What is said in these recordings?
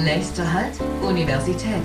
Nächster Halt, Universität.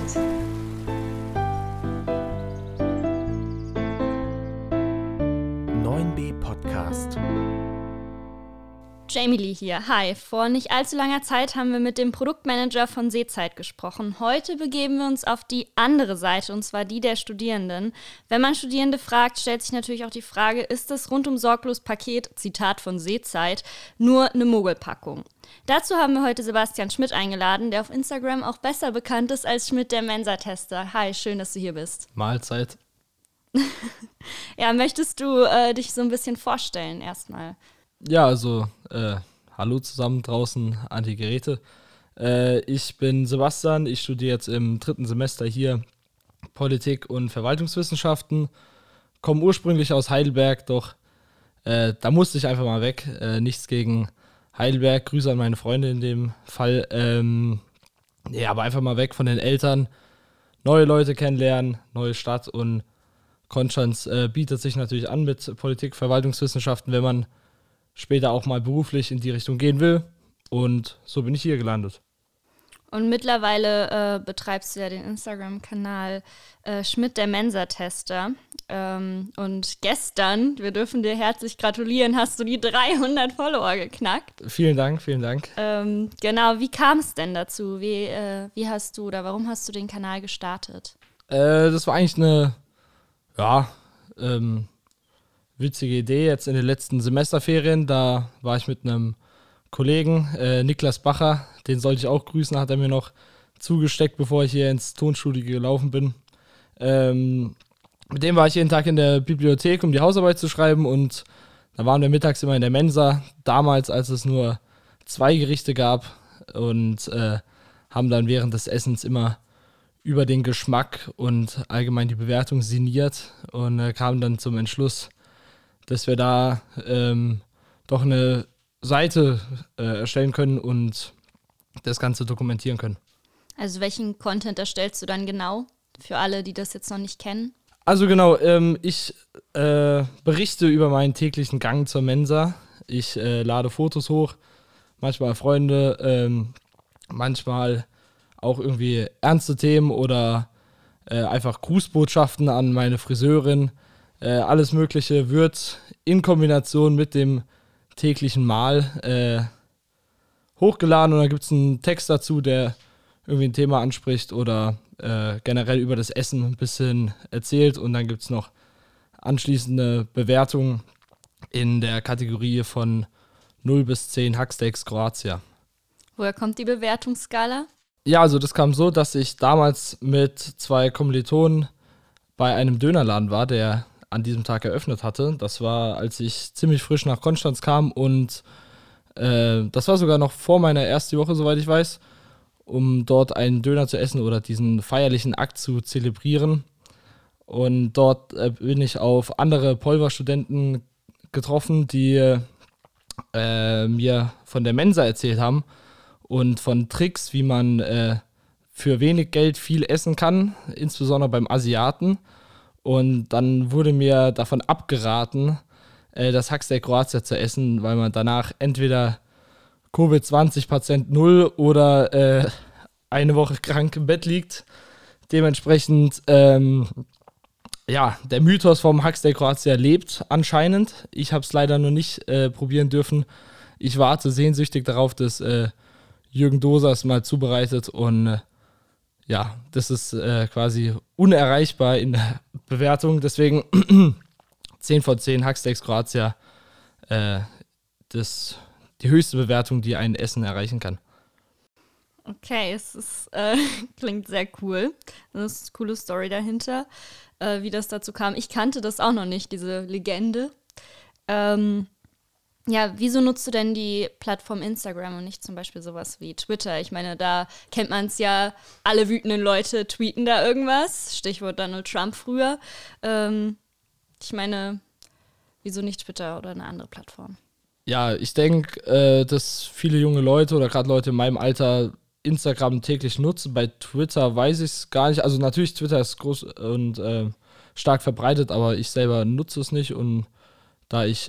Podcast. Jamie Lee hier. Hi. Vor nicht allzu langer Zeit haben wir mit dem Produktmanager von Seezeit gesprochen. Heute begeben wir uns auf die andere Seite, und zwar die der Studierenden. Wenn man Studierende fragt, stellt sich natürlich auch die Frage, ist das rundum sorglos Paket, Zitat von Seezeit, nur eine Mogelpackung? Dazu haben wir heute Sebastian Schmidt eingeladen, der auf Instagram auch besser bekannt ist als Schmidt der Mensa-Tester. Hi, schön, dass du hier bist. Mahlzeit. Ja, möchtest du dich so ein bisschen vorstellen erstmal? Ja, also, hallo zusammen draußen an die Geräte. Ich bin Sebastian, ich studiere jetzt im 3. Semester hier Politik und Verwaltungswissenschaften, komme ursprünglich aus Heidelberg, doch da musste ich einfach mal weg. Nichts gegen Heidelberg, Grüße an meine Freunde in dem Fall. Ja, aber einfach mal weg von den Eltern, neue Leute kennenlernen, neue Stadt, und Konstanz bietet sich natürlich an mit Politik, Verwaltungswissenschaften, wenn man später auch mal beruflich in die Richtung gehen will. Und so bin ich hier gelandet. Und mittlerweile betreibst du ja den Instagram-Kanal Schmidt der Mensa-Tester. Und gestern, wir dürfen dir herzlich gratulieren, hast du die 300 Follower geknackt. Vielen Dank, vielen Dank. Genau, wie kam es denn dazu? Wie hast du oder warum hast du den Kanal gestartet? Das war eigentlich eine witzige Idee jetzt in den letzten Semesterferien. Da war ich mit einem Kollegen, Niklas Bacher, den sollte ich auch grüßen, hat er mir noch zugesteckt, bevor ich hier ins Tonstudio gelaufen bin. Mit dem war ich jeden Tag in der Bibliothek, um die Hausarbeit zu schreiben, und da waren wir mittags immer in der Mensa, damals, als es nur 2 Gerichte gab, und haben dann während des Essens immer über den Geschmack und allgemein die Bewertung sinniert und kamen dann zum Entschluss, dass wir da doch eine Seite erstellen können und das Ganze dokumentieren können. Also welchen Content erstellst du dann genau für alle, die das jetzt noch nicht kennen? Also genau, ich berichte über meinen täglichen Gang zur Mensa. Ich lade Fotos hoch, manchmal Freunde, manchmal auch irgendwie ernste Themen oder einfach Grußbotschaften an meine Friseurin. Alles Mögliche wird in Kombination mit dem täglichen Mahl hochgeladen, und da gibt es einen Text dazu, der irgendwie ein Thema anspricht oder generell über das Essen ein bisschen erzählt, und dann gibt es noch anschließende Bewertungen in der Kategorie von 0 bis 10 Hacksteaks Kroatia. Woher kommt die Bewertungsskala? Ja, also das kam so, dass ich damals mit 2 Kommilitonen bei einem Dönerladen war, der an diesem Tag eröffnet hatte. Das war, als ich ziemlich frisch nach Konstanz kam, und das war sogar noch vor meiner ersten Woche, soweit ich weiß, um dort einen Döner zu essen oder diesen feierlichen Akt zu zelebrieren. Und dort bin ich auf andere Polver-Studenten getroffen, die mir von der Mensa erzählt haben und von Tricks, wie man für wenig Geld viel essen kann, insbesondere beim Asiaten. Und dann wurde mir davon abgeraten, das Hacksteak Kroatia zu essen, weil man danach entweder Covid-20 0 oder eine Woche krank im Bett liegt. Dementsprechend, der Mythos vom Hacksteak Kroatia lebt anscheinend. Ich habe es leider noch nicht probieren dürfen. Ich warte sehnsüchtig darauf, dass Jürgen Doser es mal zubereitet, und das ist quasi unerreichbar in der Bewertung. Deswegen 10 von 10 Hacksteaks Kroatia, die höchste Bewertung, die ein Essen erreichen kann. Okay, es klingt sehr cool. Das ist eine coole Story dahinter, wie das dazu kam. Ich kannte das auch noch nicht, diese Legende. Wieso nutzt du denn die Plattform Instagram und nicht zum Beispiel sowas wie Twitter? Ich meine, da kennt man es ja, alle wütenden Leute tweeten da irgendwas. Stichwort Donald Trump früher. Ich meine, wieso nicht Twitter oder eine andere Plattform? Ja, ich denke, dass viele junge Leute oder gerade Leute in meinem Alter Instagram täglich nutzen. Bei Twitter weiß ich es gar nicht. Also natürlich, Twitter ist groß und stark verbreitet, aber ich selber nutze es nicht. Und da ich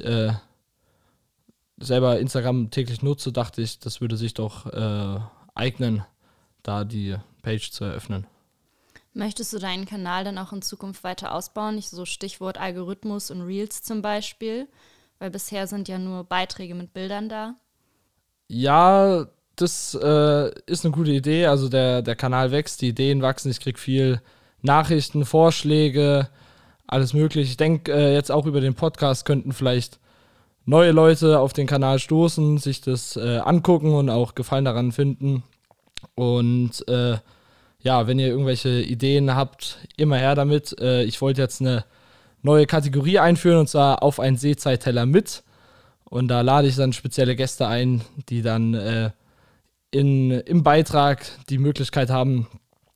selber Instagram täglich nutze, dachte ich, das würde sich doch eignen, da die Page zu eröffnen. Möchtest du deinen Kanal dann auch in Zukunft weiter ausbauen? Nicht so Stichwort Algorithmus und Reels zum Beispiel, weil bisher sind ja nur Beiträge mit Bildern da. Ja, das ist eine gute Idee. Also der Kanal wächst, die Ideen wachsen. Ich kriege viel Nachrichten, Vorschläge, alles mögliche. Ich denke, jetzt auch über den Podcast könnten vielleicht neue Leute auf den Kanal stoßen, sich das angucken und auch Gefallen daran finden. Und wenn ihr irgendwelche Ideen habt, immer her damit. Ich wollte jetzt eine neue Kategorie einführen, und zwar auf einen Seezeitteller mit. Und da lade ich dann spezielle Gäste ein, die dann im Beitrag die Möglichkeit haben,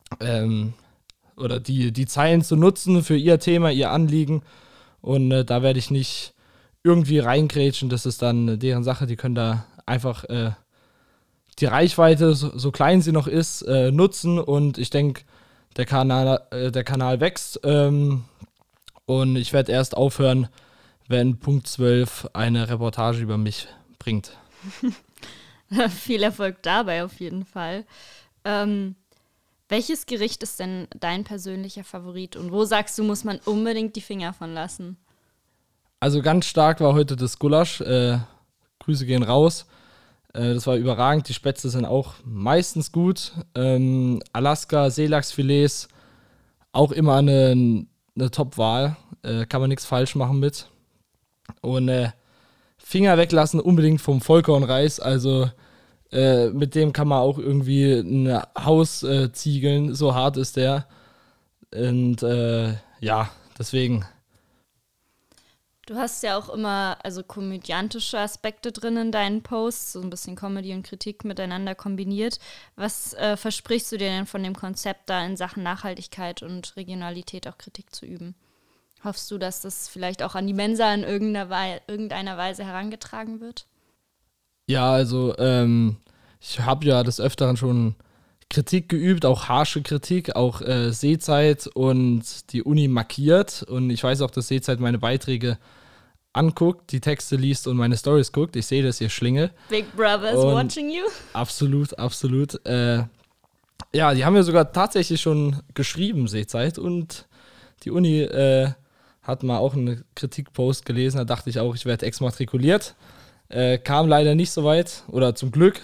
oder die Zeilen zu nutzen für ihr Thema, ihr Anliegen. Und da werde ich nicht irgendwie reingrätschen, das ist dann deren Sache. Die können da einfach die Reichweite, so klein sie noch ist, nutzen. Und ich denke, der Kanal wächst. Und ich werde erst aufhören, wenn Punkt 12 eine Reportage über mich bringt. Viel Erfolg dabei auf jeden Fall. Welches Gericht ist denn dein persönlicher Favorit und wo sagst du, muss man unbedingt die Finger von lassen? Also ganz stark war heute das Gulasch. Grüße gehen raus. Das war überragend. Die Spätzle sind auch meistens gut. Alaska, Seelachsfilets, auch immer eine Top-Wahl. Kann man nichts falsch machen mit. Und Finger weglassen unbedingt vom Vollkornreis. Also mit dem kann man auch irgendwie ein Haus ziegeln. So hart ist der. Und deswegen. Du hast ja auch immer komödiantische Aspekte drin in deinen Posts, so ein bisschen Comedy und Kritik miteinander kombiniert. Was versprichst du dir denn von dem Konzept, da in Sachen Nachhaltigkeit und Regionalität auch Kritik zu üben? Hoffst du, dass das vielleicht auch an die Mensa in irgendeiner Weise herangetragen wird? Ja, also ich habe ja des Öfteren schon Kritik geübt, auch harsche Kritik, auch Seezeit und die Uni markiert. Und ich weiß auch, dass Seezeit meine Beiträge anguckt, die Texte liest und meine Stories guckt. Ich sehe das, ihr Schlingel. Big Brother is watching you. Absolut, absolut. Die haben ja sogar tatsächlich schon geschrieben, Seezeit. Und die Uni hat mal auch einen Kritikpost gelesen. Da dachte ich auch, ich werde exmatrikuliert. Kam leider nicht so weit, oder zum Glück.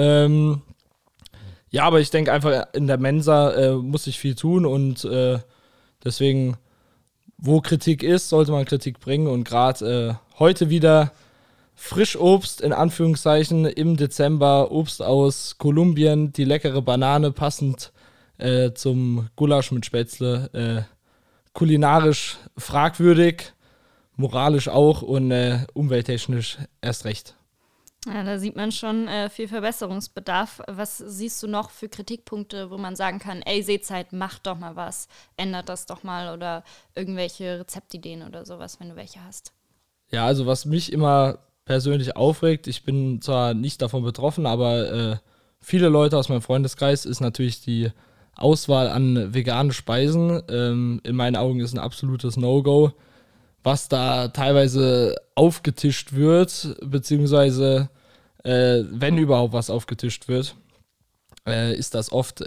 Aber ich denke einfach, in der Mensa muss ich viel tun und deswegen, wo Kritik ist, sollte man Kritik bringen. Und gerade heute wieder Frischobst, in Anführungszeichen, im Dezember, Obst aus Kolumbien, die leckere Banane, passend zum Gulasch mit Spätzle. Kulinarisch fragwürdig, moralisch auch und umwelttechnisch erst recht. Ja, da sieht man schon viel Verbesserungsbedarf. Was siehst du noch für Kritikpunkte, wo man sagen kann, ey, Seezeit, macht doch mal was, ändert das doch mal oder irgendwelche Rezeptideen oder sowas, wenn du welche hast? Ja, also was mich immer persönlich aufregt, ich bin zwar nicht davon betroffen, aber viele Leute aus meinem Freundeskreis ist natürlich die Auswahl an veganen Speisen. In meinen Augen ist ein absolutes No-Go. Was da teilweise aufgetischt wird, beziehungsweise wenn überhaupt was aufgetischt wird, ist das oft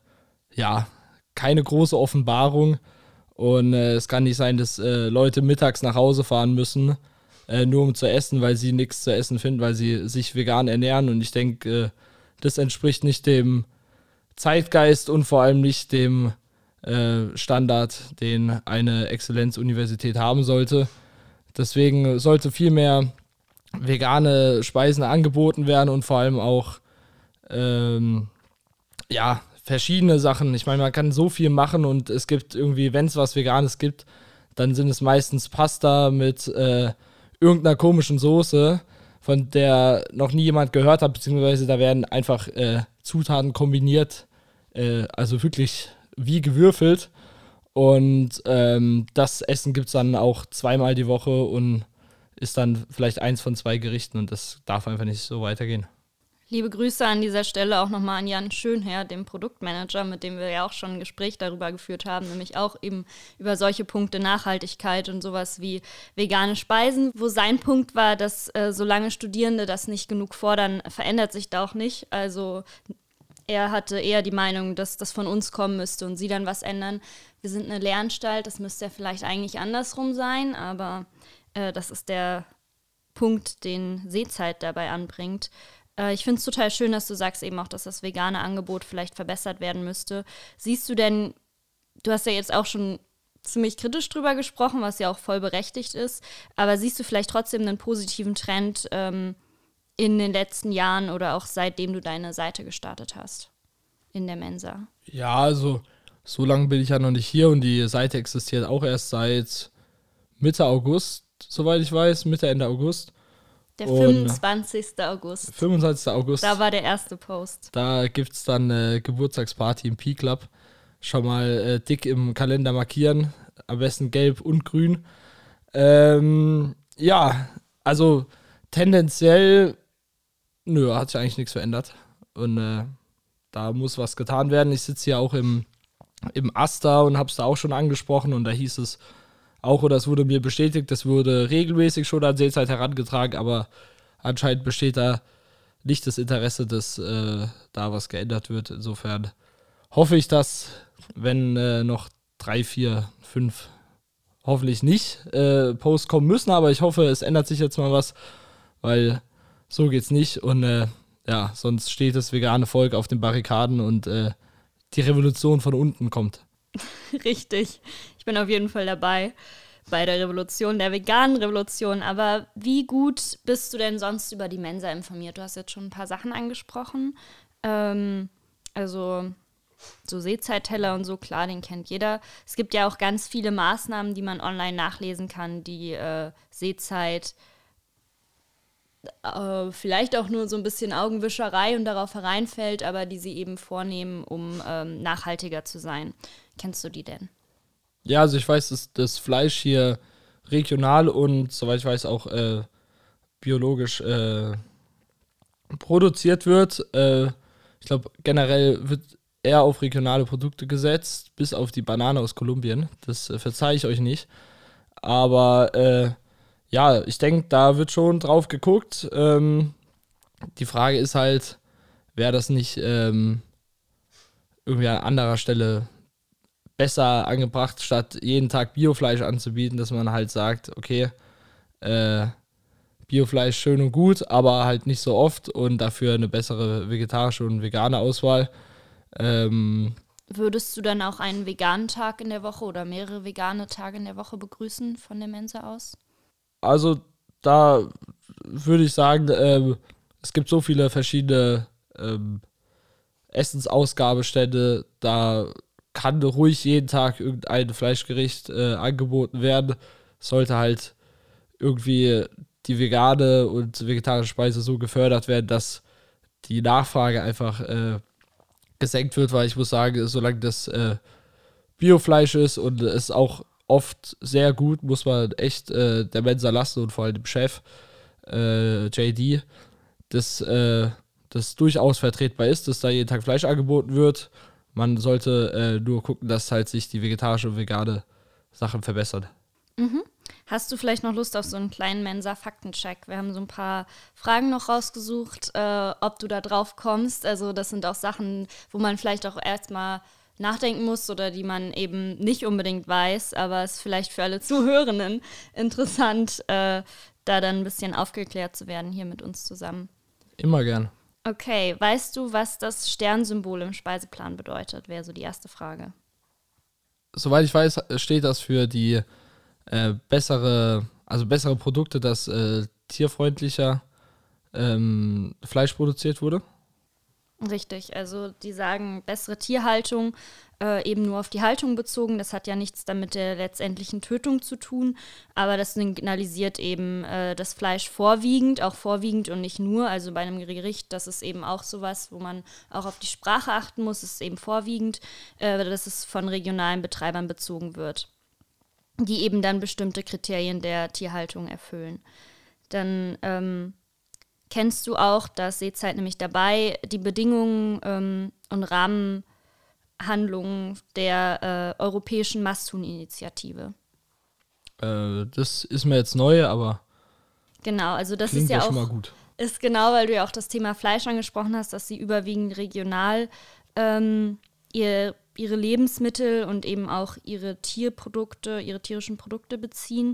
keine große Offenbarung. Und es kann nicht sein, dass Leute mittags nach Hause fahren müssen, nur um zu essen, weil sie nichts zu essen finden, weil sie sich vegan ernähren. Und ich denke, das entspricht nicht dem Zeitgeist und vor allem nicht dem Standard, den eine Exzellenzuniversität haben sollte. Deswegen sollte viel mehr vegane Speisen angeboten werden und vor allem auch verschiedene Sachen. Ich meine, man kann so viel machen und es gibt irgendwie, wenn es was Veganes gibt, dann sind es meistens Pasta mit irgendeiner komischen Soße, von der noch nie jemand gehört hat, beziehungsweise da werden einfach Zutaten kombiniert, also wirklich wie gewürfelt. Und das Essen gibt es dann auch zweimal die Woche und ist dann vielleicht eins von 2 Gerichten und das darf einfach nicht so weitergehen. Liebe Grüße an dieser Stelle auch nochmal an Jan Schönherr, dem Produktmanager, mit dem wir ja auch schon ein Gespräch darüber geführt haben, nämlich auch eben über solche Punkte Nachhaltigkeit und sowas wie vegane Speisen, wo sein Punkt war, dass solange Studierende das nicht genug fordern, verändert sich da auch nicht. Also er hatte eher die Meinung, dass das von uns kommen müsste und sie dann was ändern. Wir sind eine Lehranstalt, das müsste ja vielleicht eigentlich andersrum sein, aber das ist der Punkt, den Seezeit dabei anbringt. Ich finde es total schön, dass du sagst eben auch, dass das vegane Angebot vielleicht verbessert werden müsste. Siehst du denn, du hast ja jetzt auch schon ziemlich kritisch drüber gesprochen, was ja auch voll berechtigt ist, aber siehst du vielleicht trotzdem einen positiven Trend in den letzten Jahren oder auch seitdem du deine Seite gestartet hast in der Mensa? Ja, also so lange bin ich ja noch nicht hier und die Seite existiert auch erst seit Mitte August, soweit ich weiß, Mitte, Ende August. Der 25. August. 25. August. Da war der erste Post. Da gibt es dann eine Geburtstagsparty im P-Club. Schon mal dick im Kalender markieren. Am besten gelb und grün. Ja, also tendenziell, hat sich eigentlich nichts verändert. Und da muss was getan werden. Ich sitze hier auch im AStA und habe es da auch schon angesprochen. Und da hieß es auch, oder es wurde mir bestätigt, das wurde regelmäßig schon an Seezeit herangetragen, aber anscheinend besteht da nicht das Interesse, dass da was geändert wird. Insofern hoffe ich, dass, wenn noch 3, 4, 5, hoffentlich nicht, Posts kommen müssen, aber ich hoffe, es ändert sich jetzt mal was, weil so geht's nicht und sonst steht das vegane Volk auf den Barrikaden und die Revolution von unten kommt. Richtig. Ich bin auf jeden Fall dabei bei der Revolution, der veganen Revolution. Aber wie gut bist du denn sonst über die Mensa informiert? Du hast jetzt schon ein paar Sachen angesprochen. Also so Seezeitteller und so, klar, den kennt jeder. Es gibt ja auch ganz viele Maßnahmen, die man online nachlesen kann, die Seezeit vielleicht auch nur so ein bisschen Augenwischerei und darauf hereinfällt, aber die sie eben vornehmen, um nachhaltiger zu sein. Kennst du die denn? Ja, also ich weiß, dass das Fleisch hier regional und, soweit ich weiß, auch biologisch produziert wird. Ich glaube, generell wird eher auf regionale Produkte gesetzt, bis auf die Banane aus Kolumbien. Das verzeihe ich euch nicht. Aber ich denke, da wird schon drauf geguckt. Die Frage ist halt, wäre das nicht irgendwie an anderer Stelle besser angebracht, statt jeden Tag Biofleisch anzubieten, dass man halt sagt, okay, Biofleisch schön und gut, aber halt nicht so oft und dafür eine bessere vegetarische und vegane Auswahl. Würdest du dann auch einen veganen Tag in der Woche oder mehrere vegane Tage in der Woche begrüßen von der Mensa aus? Also da würde ich sagen, es gibt so viele verschiedene Essensausgabestände, da kann ruhig jeden Tag irgendein Fleischgericht angeboten werden. Sollte halt irgendwie die vegane und vegetarische Speise so gefördert werden, dass die Nachfrage einfach gesenkt wird, weil ich muss sagen, solange das Biofleisch ist und es auch oft sehr gut, muss man echt der Mensa lassen und vor allem dem Chef JD, dass das durchaus vertretbar ist, dass da jeden Tag Fleisch angeboten wird. Man sollte nur gucken, dass halt sich die vegetarische und vegane Sachen verbessern. Mhm. Hast du vielleicht noch Lust auf so einen kleinen Mensa-Faktencheck? Wir haben so ein paar Fragen noch rausgesucht, ob du da drauf kommst. Also das sind auch Sachen, wo man vielleicht auch erstmal nachdenken muss oder die man eben nicht unbedingt weiß, aber es ist vielleicht für alle Zuhörenden interessant, da dann ein bisschen aufgeklärt zu werden hier mit uns zusammen. Immer gern. Okay, weißt du, was das Sternsymbol im Speiseplan bedeutet? Wäre so die erste Frage. Soweit ich weiß, steht das für die bessere Produkte, dass tierfreundlicher Fleisch produziert wurde. Richtig, also die sagen bessere Tierhaltung, eben nur auf die Haltung bezogen. Das hat ja nichts damit der letztendlichen Tötung zu tun, aber das signalisiert eben das Fleisch vorwiegend und nicht nur. Also bei einem Gericht, das ist eben auch sowas, wo man auch auf die Sprache achten muss, ist eben vorwiegend, dass es von regionalen Betreibern bezogen wird, die eben dann bestimmte Kriterien der Tierhaltung erfüllen. Dann kennst du auch, dass Seezeit nämlich dabei die Bedingungen und Rahmenhandlungen der Europäischen Masthuhn-Initiative. Das ist mir jetzt neu, aber genau, also das klingt ist ja schon auch mal gut. ist genau, weil du ja auch das Thema Fleisch angesprochen hast, dass sie überwiegend regional ihre Lebensmittel und eben auch ihre tierischen Produkte beziehen.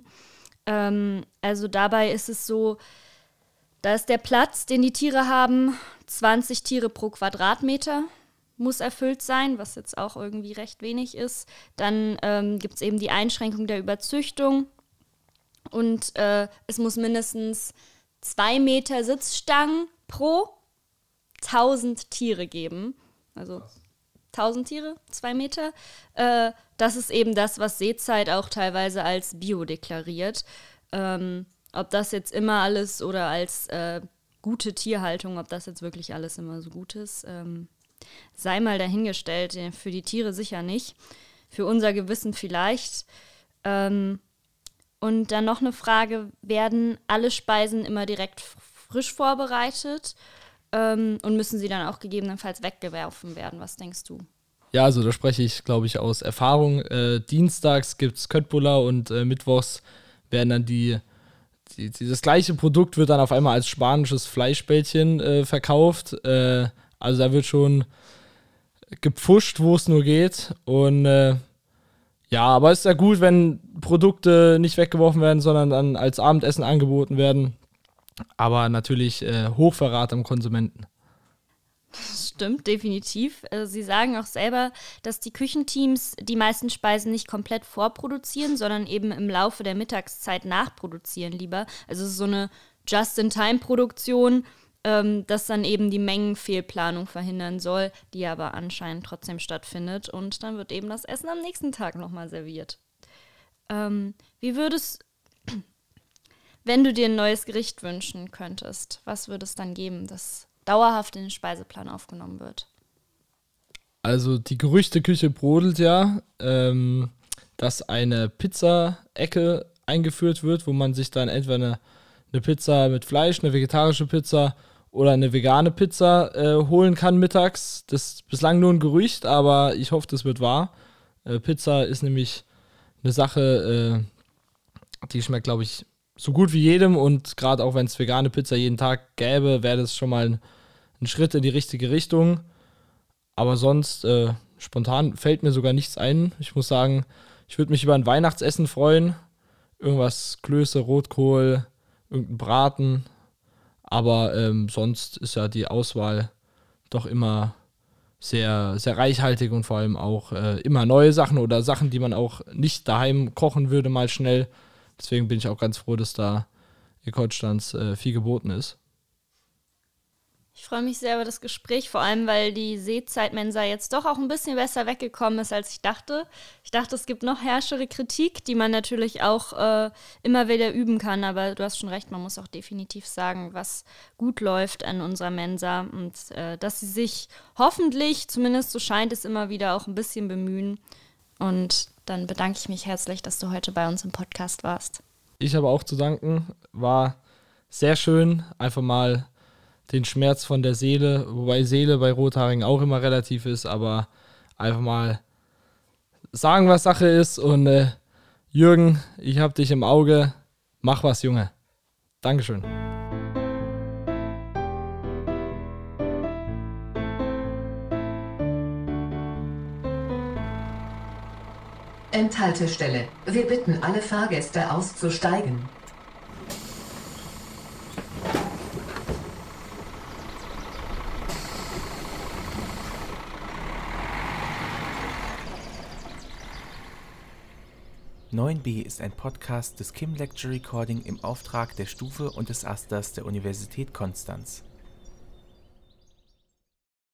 Also dabei ist es so, da ist der Platz, den die Tiere haben, 20 Tiere pro Quadratmeter muss erfüllt sein, was jetzt auch irgendwie recht wenig ist. Dann gibt es eben die Einschränkung der Überzüchtung und es muss mindestens 2 Meter Sitzstangen pro 1000 Tiere geben. Also 1000 Tiere, 2 Meter. Das ist eben das, was Seezeit auch teilweise als Bio deklariert. Ob das jetzt immer alles oder als gute Tierhaltung, ob das jetzt wirklich alles immer so gut ist, sei mal dahingestellt. Für die Tiere sicher nicht. Für unser Gewissen vielleicht. Und dann noch eine Frage, werden alle Speisen immer direkt frisch vorbereitet und müssen sie dann auch gegebenenfalls weggeworfen werden? Was denkst du? Ja, also da spreche ich, glaube ich, aus Erfahrung. Dienstags gibt es Köttbullar und mittwochs werden dann das gleiche Produkt wird dann auf einmal als spanisches Fleischbällchen verkauft. Also da wird schon gepfuscht, wo es nur geht. Und ja, aber es ist ja gut, wenn Produkte nicht weggeworfen werden, sondern dann als Abendessen angeboten werden. Aber natürlich Hochverrat am Konsumenten. Stimmt, definitiv. Sie sagen auch selber, dass die Küchenteams die meisten Speisen nicht komplett vorproduzieren, sondern eben im Laufe der Mittagszeit nachproduzieren lieber. Also es ist so eine Just-in-Time-Produktion, das dann eben die Mengenfehlplanung verhindern soll, die aber anscheinend trotzdem stattfindet. Und dann wird eben das Essen am nächsten Tag nochmal serviert. Wie würdest, wenn du dir ein neues Gericht wünschen könntest, was würde es dann geben, das dauerhaft in den Speiseplan aufgenommen wird? Also die Gerüchteküche brodelt ja, dass eine Pizza-Ecke eingeführt wird, wo man sich dann entweder eine Pizza mit Fleisch, eine vegetarische Pizza oder eine vegane Pizza holen kann mittags. Das ist bislang nur ein Gerücht, aber ich hoffe, das wird wahr. Pizza ist nämlich eine Sache, die schmeckt, glaube ich, so gut wie jedem, und gerade auch wenn es vegane Pizza jeden Tag gäbe, wäre das schon mal ein Schritt in die richtige Richtung. Aber sonst, spontan fällt mir sogar nichts ein. Ich muss sagen, ich würde mich über ein Weihnachtsessen freuen. Irgendwas Klöße, Rotkohl, irgendein Braten. Aber sonst ist ja die Auswahl doch immer sehr, sehr reichhaltig und vor allem auch immer neue Sachen oder Sachen, die man auch nicht daheim kochen würde, mal schnell. Deswegen bin ich auch ganz froh, dass da in Konstanz viel geboten ist. Ich freue mich sehr über das Gespräch, vor allem, weil die Seezeitmensa jetzt doch auch ein bisschen besser weggekommen ist, als ich dachte. Ich dachte, es gibt noch härtere Kritik, die man natürlich auch immer wieder üben kann. Aber du hast schon recht, man muss auch definitiv sagen, was gut läuft an unserer Mensa. Und dass sie sich hoffentlich, zumindest so scheint es, immer wieder auch ein bisschen bemühen. Und dann bedanke ich mich herzlich, dass du heute bei uns im Podcast warst. Ich habe auch zu danken. War sehr schön, einfach mal den Schmerz von der Seele, wobei Seele bei Rothaarigen auch immer relativ ist, aber einfach mal sagen, was Sache ist. Und Jürgen, ich hab dich im Auge. Mach was, Junge. Dankeschön. Endhaltestelle. Wir bitten alle Fahrgäste auszusteigen. (9b) ist ein Podcast des Kim Lecture Recording im Auftrag der Stufe und des Asters der Universität Konstanz.